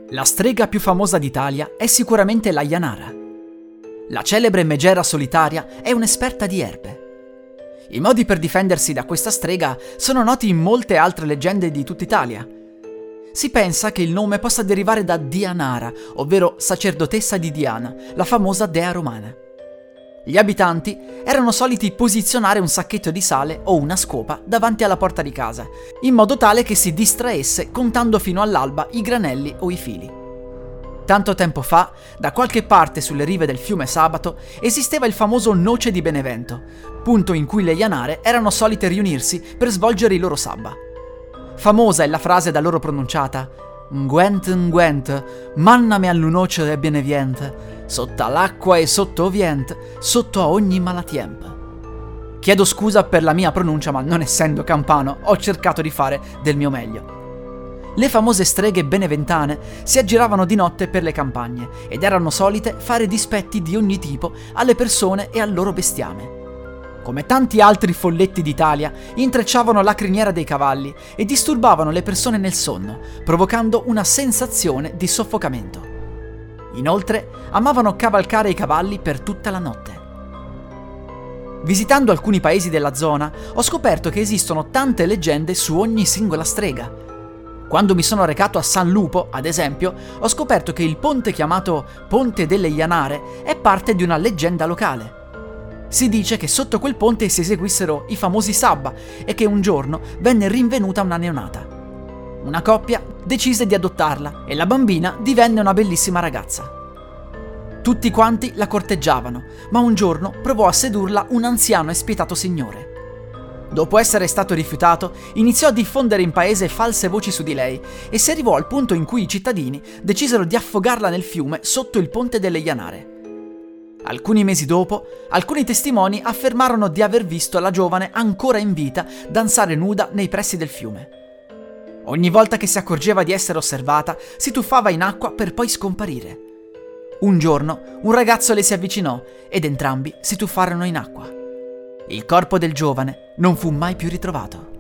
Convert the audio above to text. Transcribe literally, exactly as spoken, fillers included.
La strega più famosa d'Italia è sicuramente la Janara. La celebre megera solitaria è un'esperta di erbe. I modi per difendersi da questa strega sono noti in molte altre leggende di tutta Italia. Si pensa che il nome possa derivare da Dianara, ovvero sacerdotessa di Diana, la famosa dea romana. Gli abitanti erano soliti posizionare un sacchetto di sale o una scopa davanti alla porta di casa, in modo tale che si distraesse contando fino all'alba i granelli o i fili. Tanto tempo fa, da qualche parte sulle rive del fiume Sabato, esisteva il famoso Noce di Benevento, punto in cui le Janare erano solite riunirsi per svolgere i loro sabba. Famosa è la frase da loro pronunciata: «Nguent, nguent, manname all'unoce e beneviente, sotto l'acqua e sotto ovient, sotto a ogni malatiemp». Chiedo scusa per la mia pronuncia, ma non essendo campano, ho cercato di fare del mio meglio. Le famose streghe beneventane si aggiravano di notte per le campagne ed erano solite fare dispetti di ogni tipo alle persone e al loro bestiame. Come tanti altri folletti d'Italia, intrecciavano la criniera dei cavalli e disturbavano le persone nel sonno, provocando una sensazione di soffocamento. Inoltre, amavano cavalcare i cavalli per tutta la notte. Visitando alcuni paesi della zona, ho scoperto che esistono tante leggende su ogni singola strega. Quando mi sono recato a San Lupo, ad esempio, ho scoperto che il ponte chiamato Ponte delle Janare è parte di una leggenda locale. Si dice che sotto quel ponte si eseguissero i famosi sabba e che un giorno venne rinvenuta una neonata. Una coppia decise di adottarla e la bambina divenne una bellissima ragazza. Tutti quanti la corteggiavano, ma un giorno provò a sedurla un anziano e spietato signore. Dopo essere stato rifiutato, iniziò a diffondere in paese false voci su di lei e si arrivò al punto in cui i cittadini decisero di affogarla nel fiume sotto il ponte delle Janare. Alcuni mesi dopo, alcuni testimoni affermarono di aver visto la giovane ancora in vita danzare nuda nei pressi del fiume. Ogni volta che si accorgeva di essere osservata, si tuffava in acqua per poi scomparire. Un giorno, un ragazzo le si avvicinò ed entrambi si tuffarono in acqua. Il corpo del giovane non fu mai più ritrovato.